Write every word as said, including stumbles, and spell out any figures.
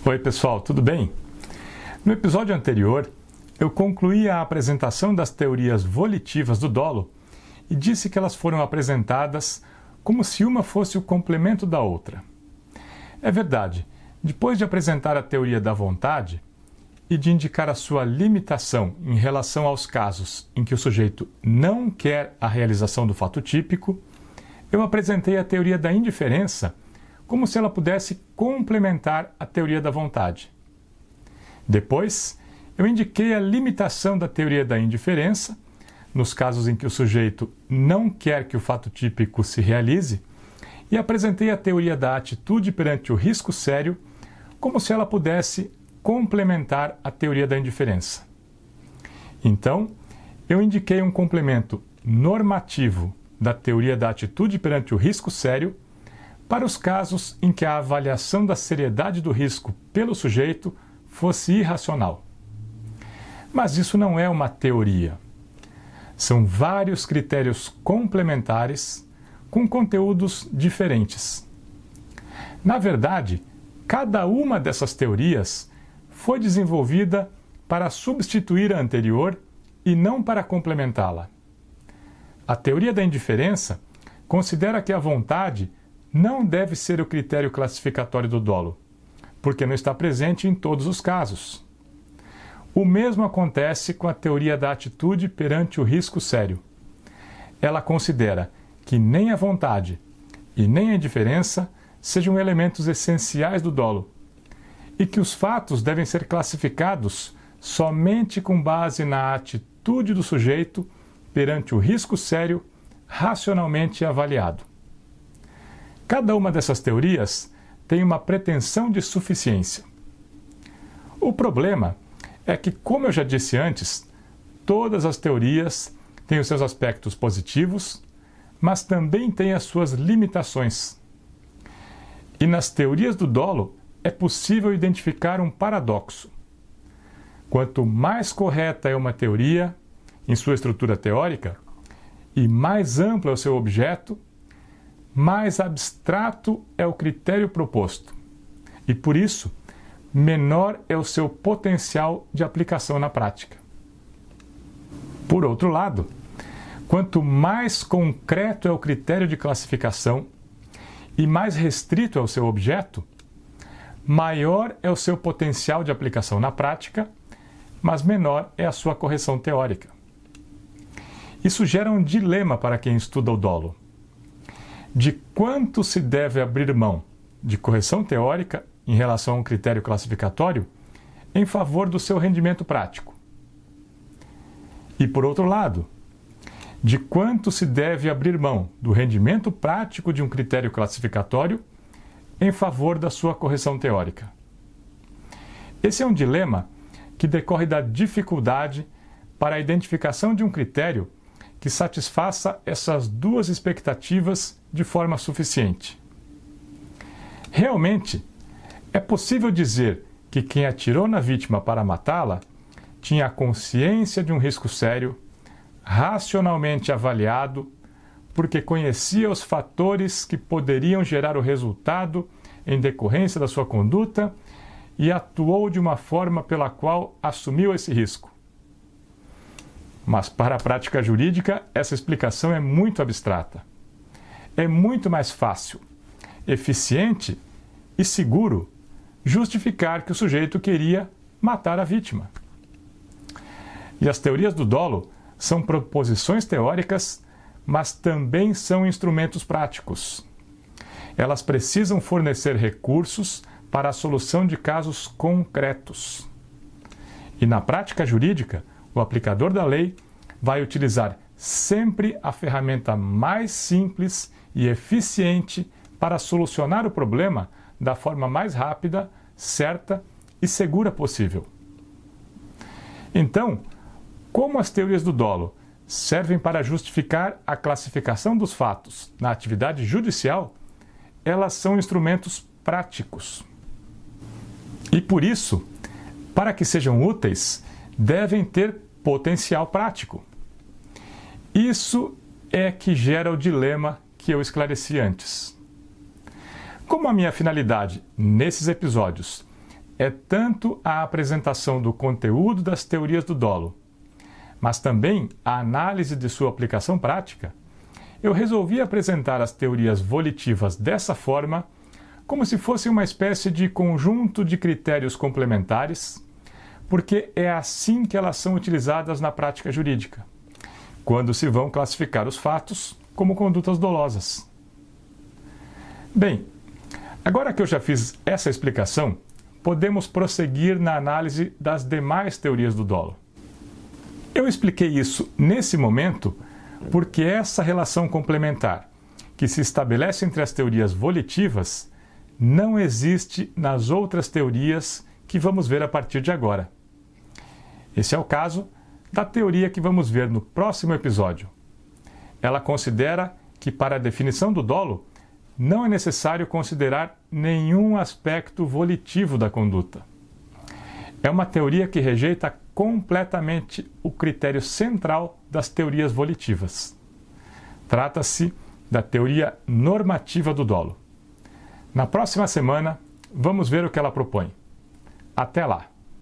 Oi pessoal, tudo bem? No episódio anterior, eu concluí a apresentação das teorias volitivas do dolo e disse que elas foram apresentadas como se uma fosse o complemento da outra. É verdade, depois de apresentar a teoria da vontade e de indicar a sua limitação em relação aos casos em que o sujeito não quer a realização do fato típico, eu apresentei a teoria da indiferença como se ela pudesse complementar a teoria da vontade. Depois, eu indiquei a limitação da teoria da indiferença, nos casos em que o sujeito não quer que o fato típico se realize, e apresentei a teoria da atitude perante o risco sério, como se ela pudesse complementar a teoria da indiferença. Então, eu indiquei um complemento normativo da teoria da atitude perante o risco sério para os casos em que a avaliação da seriedade do risco pelo sujeito fosse irracional. Mas isso não é uma teoria. São vários critérios complementares com conteúdos diferentes. Na verdade, cada uma dessas teorias foi desenvolvida para substituir a anterior e não para complementá-la. A teoria da indiferença considera que a vontade não deve ser o critério classificatório do dolo, porque não está presente em todos os casos. O mesmo acontece com a teoria da atitude perante o risco sério. Ela considera que nem a vontade e nem a indiferença sejam elementos essenciais do dolo, e que os fatos devem ser classificados somente com base na atitude do sujeito perante o risco sério racionalmente avaliado. Cada uma dessas teorias tem uma pretensão de suficiência. O problema é que, como eu já disse antes, todas as teorias têm os seus aspectos positivos, mas também têm as suas limitações. E nas teorias do dolo é possível identificar um paradoxo. Quanto mais correta é uma teoria em sua estrutura teórica e mais amplo é o seu objeto, mais abstrato é o critério proposto e, por isso, menor é o seu potencial de aplicação na prática. Por outro lado, quanto mais concreto é o critério de classificação e mais restrito é o seu objeto, maior é o seu potencial de aplicação na prática, mas menor é a sua correção teórica. Isso gera um dilema para quem estuda o dolo. De quanto se deve abrir mão de correção teórica em relação a um critério classificatório em favor do seu rendimento prático? E, por outro lado, de quanto se deve abrir mão do rendimento prático de um critério classificatório em favor da sua correção teórica? Esse é um dilema que decorre da dificuldade para a identificação de um critério que satisfaça essas duas expectativas de forma suficiente. Realmente, é possível dizer que quem atirou na vítima para matá-la tinha a consciência de um risco sério, racionalmente avaliado, porque conhecia os fatores que poderiam gerar o resultado em decorrência da sua conduta e atuou de uma forma pela qual assumiu esse risco. Mas para a prática jurídica, essa explicação é muito abstrata. É muito mais fácil, eficiente e seguro justificar que o sujeito queria matar a vítima. E as teorias do dolo são proposições teóricas, mas também são instrumentos práticos. Elas precisam fornecer recursos para a solução de casos concretos. E na prática jurídica, o aplicador da lei vai utilizar sempre a ferramenta mais simples e eficiente para solucionar o problema da forma mais rápida, certa e segura possível. Então, como as teorias do dolo servem para justificar a classificação dos fatos na atividade judicial, elas são instrumentos práticos. E por isso, para que sejam úteis, devem ter potencial prático. Isso é que gera o dilema que eu esclareci antes. Como a minha finalidade nesses episódios é tanto a apresentação do conteúdo das teorias do dolo, mas também a análise de sua aplicação prática, eu resolvi apresentar as teorias volitivas dessa forma, como se fosse uma espécie de conjunto de critérios complementares, porque é assim que elas são utilizadas na prática jurídica, quando se vão classificar os fatos como condutas dolosas. Bem, agora que eu já fiz essa explicação, podemos prosseguir na análise das demais teorias do dolo. Eu expliquei isso nesse momento porque essa relação complementar que se estabelece entre as teorias volitivas não existe nas outras teorias que vamos ver a partir de agora. Esse é o caso da teoria que vamos ver no próximo episódio. Ela considera que para a definição do dolo não é necessário considerar nenhum aspecto volitivo da conduta. É uma teoria que rejeita completamente o critério central das teorias volitivas. Trata-se da teoria normativa do dolo. Na próxima semana, vamos ver o que ela propõe. Até lá!